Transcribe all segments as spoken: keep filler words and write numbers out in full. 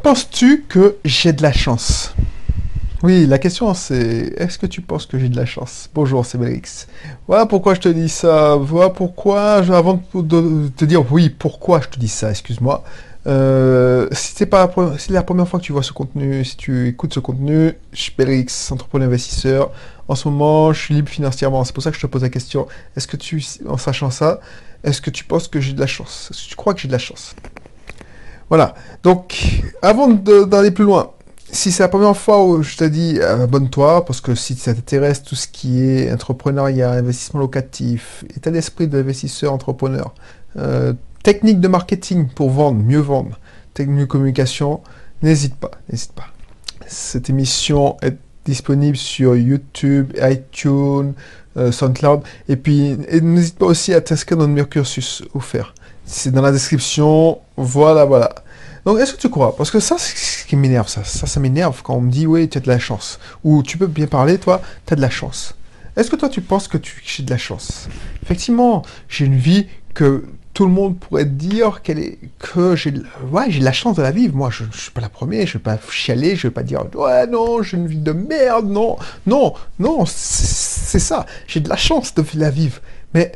penses-tu que j'ai de la chance? Oui, la question c'est, est-ce que tu penses que j'ai de la chance? Bonjour, c'est Belrix. Voilà pourquoi je te dis ça. Voilà pourquoi, je- avant de de te dire oui, pourquoi je te dis ça, excuse-moi. Euh, si c'est pas la pre- si c'est la première fois que tu vois ce contenu, si tu écoutes ce contenu, je suis Belrix, entrepreneur investisseur. En ce moment, je suis libre financièrement. C'est pour ça que je te pose la question. Est-ce que tu, en sachant ça, est-ce que tu penses que j'ai de la chance? Est-ce que tu crois que j'ai de la chance? Voilà. Donc, avant de- d'aller plus loin, si c'est la première fois où je te dis euh, abonne-toi, parce que si ça t'intéresse tout ce qui est entrepreneuriat, investissement locatif, état d'esprit de l'investisseur entrepreneur, euh, technique de marketing pour vendre, mieux vendre, technique de communication, n'hésite pas, n'hésite pas. Cette émission est disponible sur YouTube, iTunes, euh, SoundCloud, et puis et n'hésite pas aussi à t'inscrire dans le meilleur cursus offert. C'est dans la description, voilà, voilà. Donc, est-ce que tu crois? Parce que ça, c'est ce qui m'énerve, ça. Ça, ça m'énerve quand on me dit, oui, tu as de la chance. Ou tu peux bien parler, toi, tu as de la chance. Est-ce que toi, tu penses que tu j'ai de la chance? Effectivement, j'ai une vie que tout le monde pourrait dire qu'elle est, que j'ai, de- ouais, j'ai de la chance de la vivre. Moi, je, je suis pas la première, je vais pas chialer, je vais pas dire, ouais, non, j'ai une vie de merde, non, non, non, c'est c'est ça. J'ai de la chance de la vivre. Mais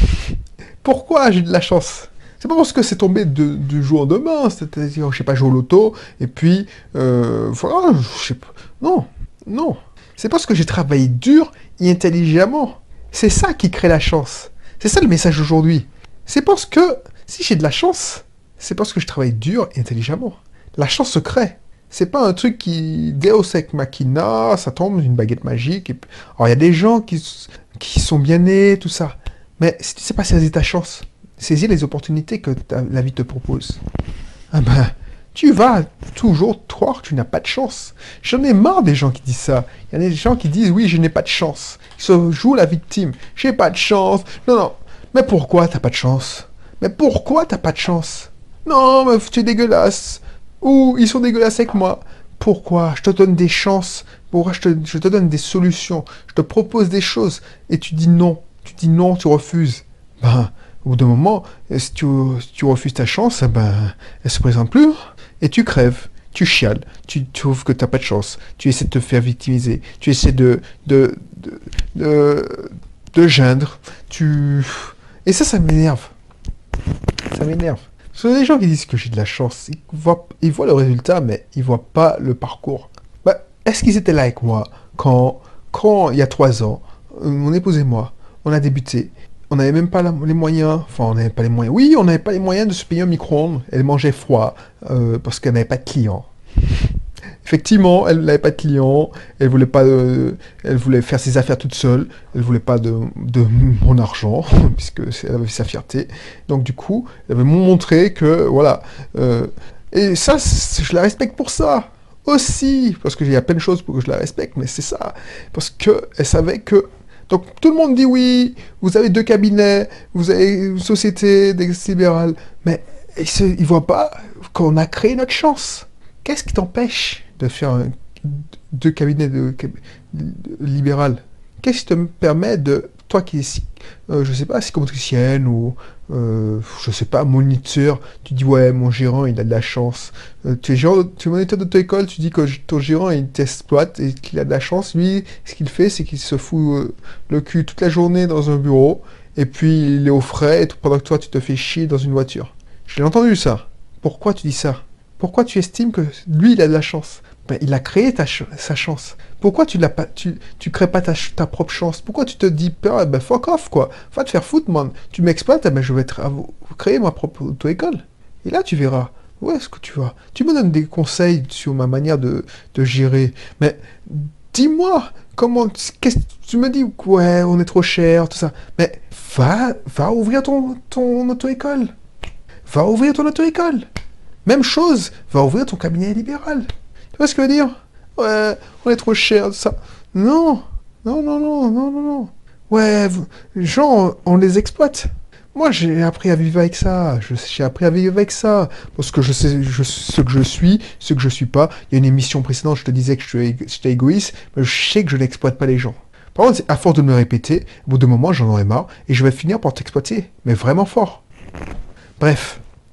pourquoi j'ai de la chance? C'est pas parce que c'est tombé de- du jour au lendemain, c'est-à-dire, je sais pas, jouer au loto, et puis, euh, voilà, je sais pas. Non, non. C'est parce que j'ai travaillé dur et intelligemment. C'est ça qui crée la chance. C'est ça le message d'aujourd'hui. C'est parce que, si j'ai de la chance, c'est parce que je travaille dur et intelligemment. La chance se crée. C'est pas un truc qui, Deus ex machina, ça tombe, une baguette magique. Et puis... Alors, il y a des gens qui, qui sont bien nés, tout ça. Mais si tu sais pas saisir ta chance, saisir les opportunités que ta- la vie te propose, ah ben, tu vas toujours croire que tu n'as pas de chance. J'en ai marre des gens qui disent ça. Il y a des gens qui disent oui, je n'ai pas de chance. Ils se jouent la victime. J'ai pas de chance. Non, non. Mais pourquoi t'as pas de chance? Mais pourquoi t'as pas de chance? Non, mais tu es dégueulasse. Ou ils sont dégueulasses avec moi. Pourquoi? Je te donne des chances. Pourquoi je te, je te donne des solutions. Je te propose des choses. Et tu dis non. Tu dis non, tu refuses. Ben, au bout d'un moment, si tu, si tu refuses ta chance, eh ben, elle se présente plus. Et tu crèves. Tu chiales. Tu trouves que t'as pas de chance. Tu essaies de te faire victimiser. Tu essaies de, de, de, de, de geindre. Tu... Et ça, ça m'énerve. Ça m'énerve. Ce sont des gens qui disent que j'ai de la chance. Ils voient, ils voient le résultat, mais ils voient pas le parcours. Bah, est-ce qu'ils étaient là avec moi quand, quand il y a trois ans, euh, mon épouse et moi, on a débuté. On n'avait même pas la- les moyens. Enfin, on n'avait pas les moyens. Oui, on n'avait pas les moyens de se payer un micro-ondes. Elle mangeait froid euh, parce qu'elle n'avait pas de clients. Effectivement, elle n'avait pas de clients, elle voulait pas, euh, elle voulait faire ses affaires toute seule, elle voulait pas de, de mon argent puisque c'est- elle avait sa fierté. Donc du coup, elle avait montré que voilà. euh, et ça, c'est- je la respecte pour ça aussi, parce que il y a plein de choses pour que je la respecte, mais c'est ça, parce que elle savait que. Donc tout le monde dit oui, vous avez deux cabinets, vous avez une société d'exercice libéral, mais ils se- ils voient pas qu'on a créé notre chance. Qu'est-ce qui t'empêche de faire un- deux cabinets de, de libéral? Qu'est-ce qui te permet de, toi qui es, psy- euh, je sais pas, psychomotricienne ou, euh, je sais pas, moniteur, tu dis ouais, mon gérant il a de la chance. Euh, tu es gérant, tu es moniteur de ta école, tu dis que ton gérant il t'exploite et qu'il a de la chance. Lui, ce qu'il fait, c'est qu'il se fout euh, le cul toute la journée dans un bureau et puis il est au frais et tout- pendant que toi tu te fais chier dans une voiture. J'ai entendu ça. Pourquoi tu dis ça? Pourquoi tu estimes que lui, il a de la chance? Ben, il a créé ta ch- sa chance. Pourquoi tu l'as pas, tu, tu crées pas ta, ch- ta propre chance? Pourquoi tu te dis, ah, ben fuck off, quoi. Va te faire foutre, man. Tu m'exploites, eh ben, je vais te, créer ma propre auto-école. Et là, tu verras. Où est-ce que tu vas? Tu me donnes des conseils sur ma manière de, de gérer. Mais dis-moi, comment, qu'est-ce tu me dis, ouais, on est trop cher, tout ça. Mais va, va ouvrir ton, ton auto-école. Va ouvrir ton auto-école. Même chose, va ouvrir ton cabinet libéral. Tu vois ce que je veux dire? Ouais, on est trop cher, ça. Non, non, non, non, non, non, non. Ouais, vous- les gens, on les exploite. Moi, j'ai appris à vivre avec ça. Je- J'ai appris à vivre avec ça. Parce que je sais je- ce que je suis, ce que je suis pas. Il y a une émission précédente, je te disais que je suis ég- j'étais égoïste, mais je sais que je n'exploite pas les gens. Par contre, c'est à force de me le répéter, au bout d'un moment, j'en aurai marre et je vais finir par t'exploiter. Mais vraiment fort. Bref.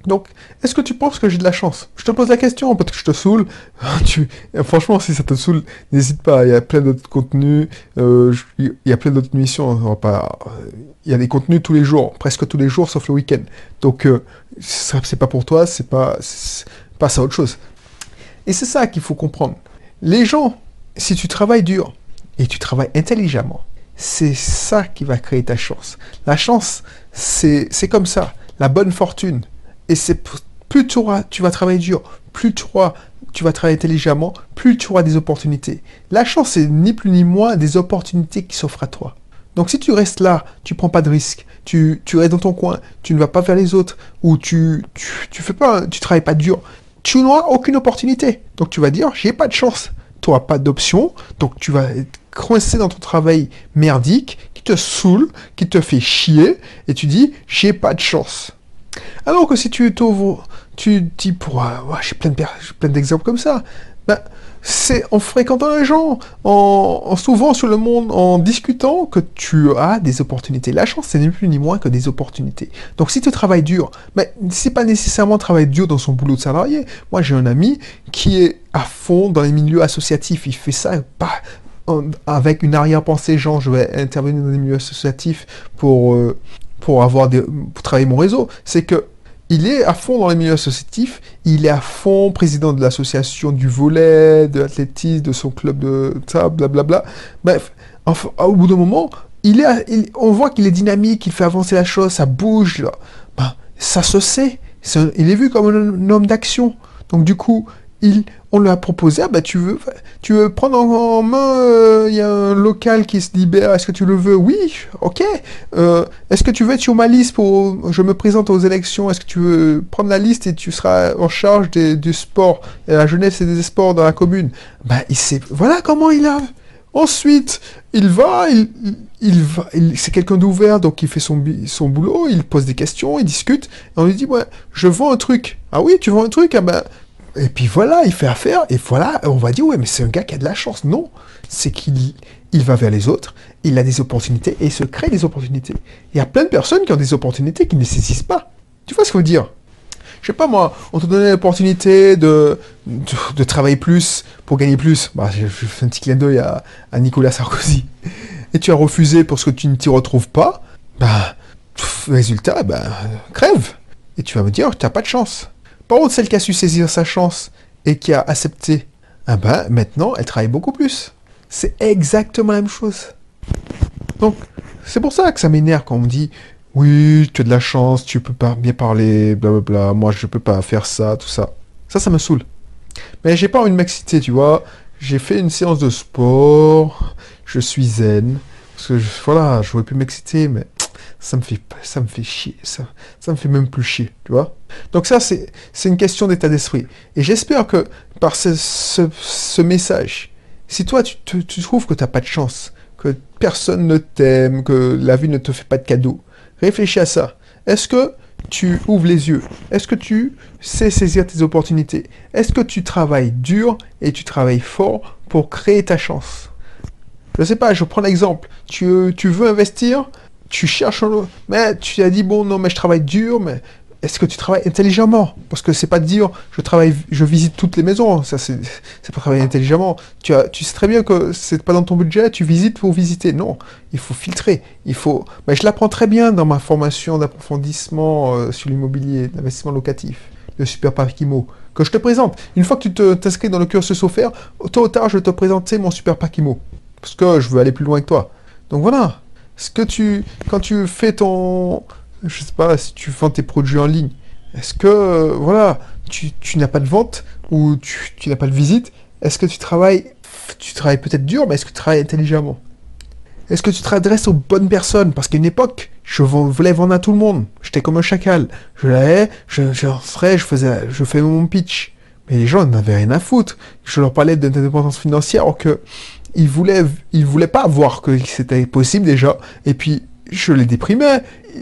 Donc, est-ce que tu penses que j'ai de la chance? Je te pose la question, peut-être que je te saoule. Tu... Franchement, si ça te saoule, n'hésite pas. Il y a plein d'autres contenus. euh, je- Il y a plein d'autres missions. On va pas... Il y a des contenus tous les jours, presque tous les jours, sauf le week-end. Donc, euh, ça, c'est pas pour toi, c'est pas... c'est- passe à autre chose. Et c'est ça qu'il faut comprendre. Les gens, si tu travailles dur et tu travailles intelligemment, c'est ça qui va créer ta chance. La chance, c'est c'est comme ça. La bonne fortune. Et c'est plus tu, auras, tu vas travailler dur, plus tu, auras, tu vas travailler intelligemment, plus tu auras des opportunités. La chance, c'est ni plus ni moins des opportunités qui s'offrent à toi. Donc si tu restes là, tu prends pas de risques, tu, tu restes dans ton coin, tu ne vas pas vers les autres, ou tu tu, tu fais pas, tu travailles pas dur, tu n'auras aucune opportunité. Donc tu vas dire, j'ai pas de chance. Tu n'auras pas d'option, donc tu vas être coincé dans ton travail merdique, qui te saoule, qui te fait chier, et tu dis, j'ai pas de chance. Alors que si tu t'ouvres, tu dis, pour, euh, ouais, j'ai plein de per- j'ai plein d'exemples comme ça. Ben, c'est en fréquentant les gens, en, en s'ouvrant sur le monde, en discutant que tu as des opportunités. La chance, c'est ni plus ni moins que des opportunités. Donc si tu travailles dur, ben, c'est pas nécessairement travailler dur dans son boulot de salarié. Moi, j'ai un ami qui est à fond dans les milieux associatifs. Il fait ça pas en- avec une arrière-pensée, genre, je vais intervenir dans les milieux associatifs pour... euh, pour avoir des, pour travailler mon réseau, c'est que il est à fond dans les milieux associatifs, il est à fond président de l'association du volley, de l'athlétisme, de son club de ça, blablabla. Bref, enfin, au bout d'un moment, il est, à- il- on voit qu'il est dynamique, il fait avancer la chose, ça bouge, là. Ben, ça se sait. C'est un- il est vu comme un, un homme d'action. Donc du coup, il, on lui a proposé, ah bah tu veux, tu veux prendre en, en main, euh, il y a un local qui se libère, est-ce que tu le veux? Oui, ok. Euh, est-ce que tu veux être sur ma liste pour, je me présente aux élections, est-ce que tu veux prendre la liste et tu seras en charge des, du sport, et la jeunesse et des sports dans la commune? Bah il sait, voilà comment il a. Ensuite, il va, il, il, il va, il- c'est quelqu'un d'ouvert, donc il fait son, bi- son boulot, il pose des questions, il discute, et on lui dit, ouais, je vends un truc. Ah oui, tu vends un truc? Ah ben, et puis voilà, il fait affaire, et voilà, on va dire, ouais, mais c'est un gars qui a de la chance. Non, c'est qu'il il va vers les autres, il a des opportunités, et il se crée des opportunités. Il y a plein de personnes qui ont des opportunités qui ne saisissent pas. Tu vois ce que je veux dire? Je sais pas moi, on te donnait l'opportunité de, de, de travailler plus pour gagner plus. Bah, je, je fais un petit clin d'œil à, à Nicolas Sarkozy. Et tu as refusé parce que tu ne t'y retrouves pas. Bah, pff, résultat, bah, crève. Et tu vas me dire, tu n'as pas de chance. Par contre, celle qui a su saisir sa chance et qui a accepté, ah bah, maintenant, elle travaille beaucoup plus. C'est exactement la même chose. Donc, c'est pour ça que ça m'énerve quand on me dit, oui, tu as de la chance, tu peux pas bien parler, blablabla, moi je peux pas faire ça, tout ça. Ça, ça me saoule. Mais j'ai pas envie de m'exciter, tu vois. J'ai fait une séance de sport, je suis zen. Parce que, je- voilà, j'aurais pu m'exciter, mais ça me fait, ça me fait chier. Ça, ça me fait même plus chier, tu vois. Donc ça, c'est, c'est une question d'état d'esprit. Et j'espère que par ce, ce, ce message, si toi, tu, te- tu trouves que t'as pas de chance, que personne ne t'aime, que la vie ne te fait pas de cadeaux, réfléchis à ça. Est-ce que tu ouvres les yeux? Est-ce que tu sais saisir tes opportunités? Est-ce que tu travailles dur et tu travailles fort pour créer ta chance? Je sais pas, je prends l'exemple. Tu, tu veux investir, tu cherches un... Mais tu as dit, bon, non, mais je travaille dur, mais est-ce que tu travailles intelligemment? Parce que c'est pas de dire, je travaille, je visite toutes les maisons. Ça, c'est c'est pas travailler intelligemment. Tu, as, tu sais très bien que c'est pas dans ton budget, tu visites pour visiter. Non, il faut filtrer. Il faut... Mais je l'apprends très bien dans ma formation d'approfondissement euh, sur l'immobilier, l'investissement locatif, le Super Pack Imo, que je te présente. Une fois que tu te- t'inscris dans le cursus offert, tôt ou tard, je vais te présenter mon Super Pack Imo. Parce que je veux aller plus loin que toi. Donc voilà. Ce que tu, quand tu fais ton, je sais pas, si tu vends tes produits en ligne, est-ce que, euh, voilà, tu, tu n'as pas de vente ou tu, tu n'as pas de visite, est-ce que tu travailles, tu travailles peut-être dur, mais est-ce que tu travailles intelligemment? Est-ce que tu t'adresses aux bonnes personnes? Parce qu'à une époque, je vends- voulais vendre à tout le monde. J'étais comme un chacal. Je l'avais, je, je rentrais, je faisais, je faisais mon pitch. Mais les gens n'avaient rien à foutre. Je leur parlais d'indépendance financière, alors que ils voulaient, ils voulaient pas voir que c'était possible déjà. Et puis, je les déprimais.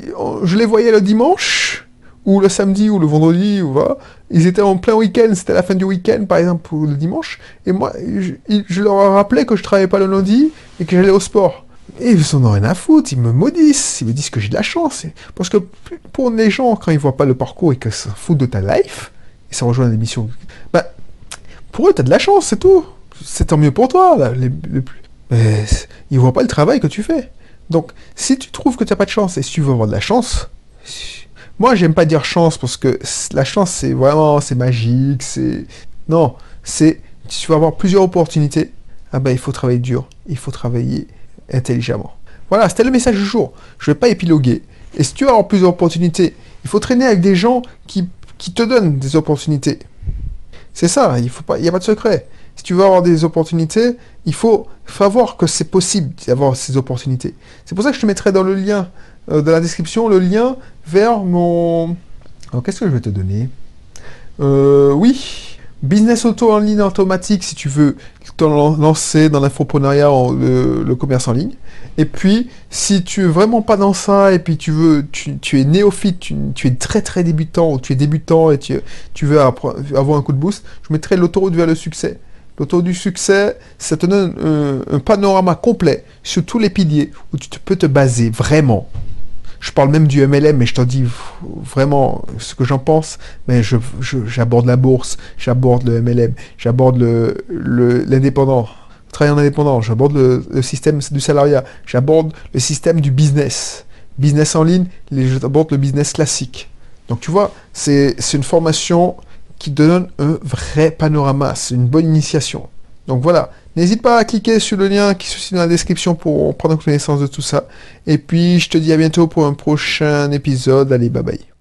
Je les voyais le dimanche, ou le samedi, ou le vendredi, ou voilà. Ils étaient en plein week-end, c'était la fin du week-end, par exemple, pour le dimanche. Et moi, je, je leur rappelais que je travaillais pas le lundi et que j'allais au sport. Et ils en ont rien à foutre, ils me maudissent, ils me disent que j'ai de la chance. Parce que pour les gens, quand ils voient pas le parcours et qu'ils s'en foutent de ta life, et ça rejoint l'émission, bah, pour eux, t'as de la chance, c'est tout. C'est tant mieux pour toi, là. Les, les, mais ils voient pas le travail que tu fais. Donc, si tu trouves que t'as pas de chance et si tu veux avoir de la chance, moi, j'aime pas dire chance parce que la chance, c'est vraiment, c'est magique, c'est... Non, c'est... Si tu veux avoir plusieurs opportunités, ah ben, il faut travailler dur, il faut travailler intelligemment. Voilà, c'était le message du jour. Je vais pas épiloguer. Et si tu veux avoir plusieurs opportunités, il faut traîner avec des gens qui, qui te donnent des opportunités. C'est ça, il faut pas, il n'y a pas de secret. Si tu veux avoir des opportunités, il faut savoir que c'est possible d'avoir ces opportunités. C'est pour ça que je te mettrai dans le lien, euh, dans la description, le lien vers mon... Alors, qu'est-ce que je vais te donner euh, Oui, business auto en ligne automatique si tu veux te lancer dans l'infoprenariat, le, le commerce en ligne. Et puis, si tu es vraiment pas dans ça, et puis tu veux, tu, tu es néophyte, tu, tu es très très débutant, ou tu es débutant et tu, tu veux avoir un coup de boost, je mettrai l'autoroute vers le succès. L'autoroute du succès, ça te donne un, un panorama complet sur tous les piliers où tu te, peux te baser vraiment. Je parle même du M L M, mais je t'en dis vraiment ce que j'en pense. Mais je, je, j'aborde la bourse, j'aborde le M L M, j'aborde le, le, l'indépendant, le travail en indépendant, j'aborde le, le système du salariat, j'aborde le système du business. Business en ligne, j'aborde le business classique. Donc tu vois, c'est, c'est une formation qui te donne un vrai panorama, c'est une bonne initiation. Donc voilà, n'hésite pas à cliquer sur le lien qui se situe dans la description pour prendre connaissance de tout ça. Et puis, je te dis à bientôt pour un prochain épisode. Allez, bye bye.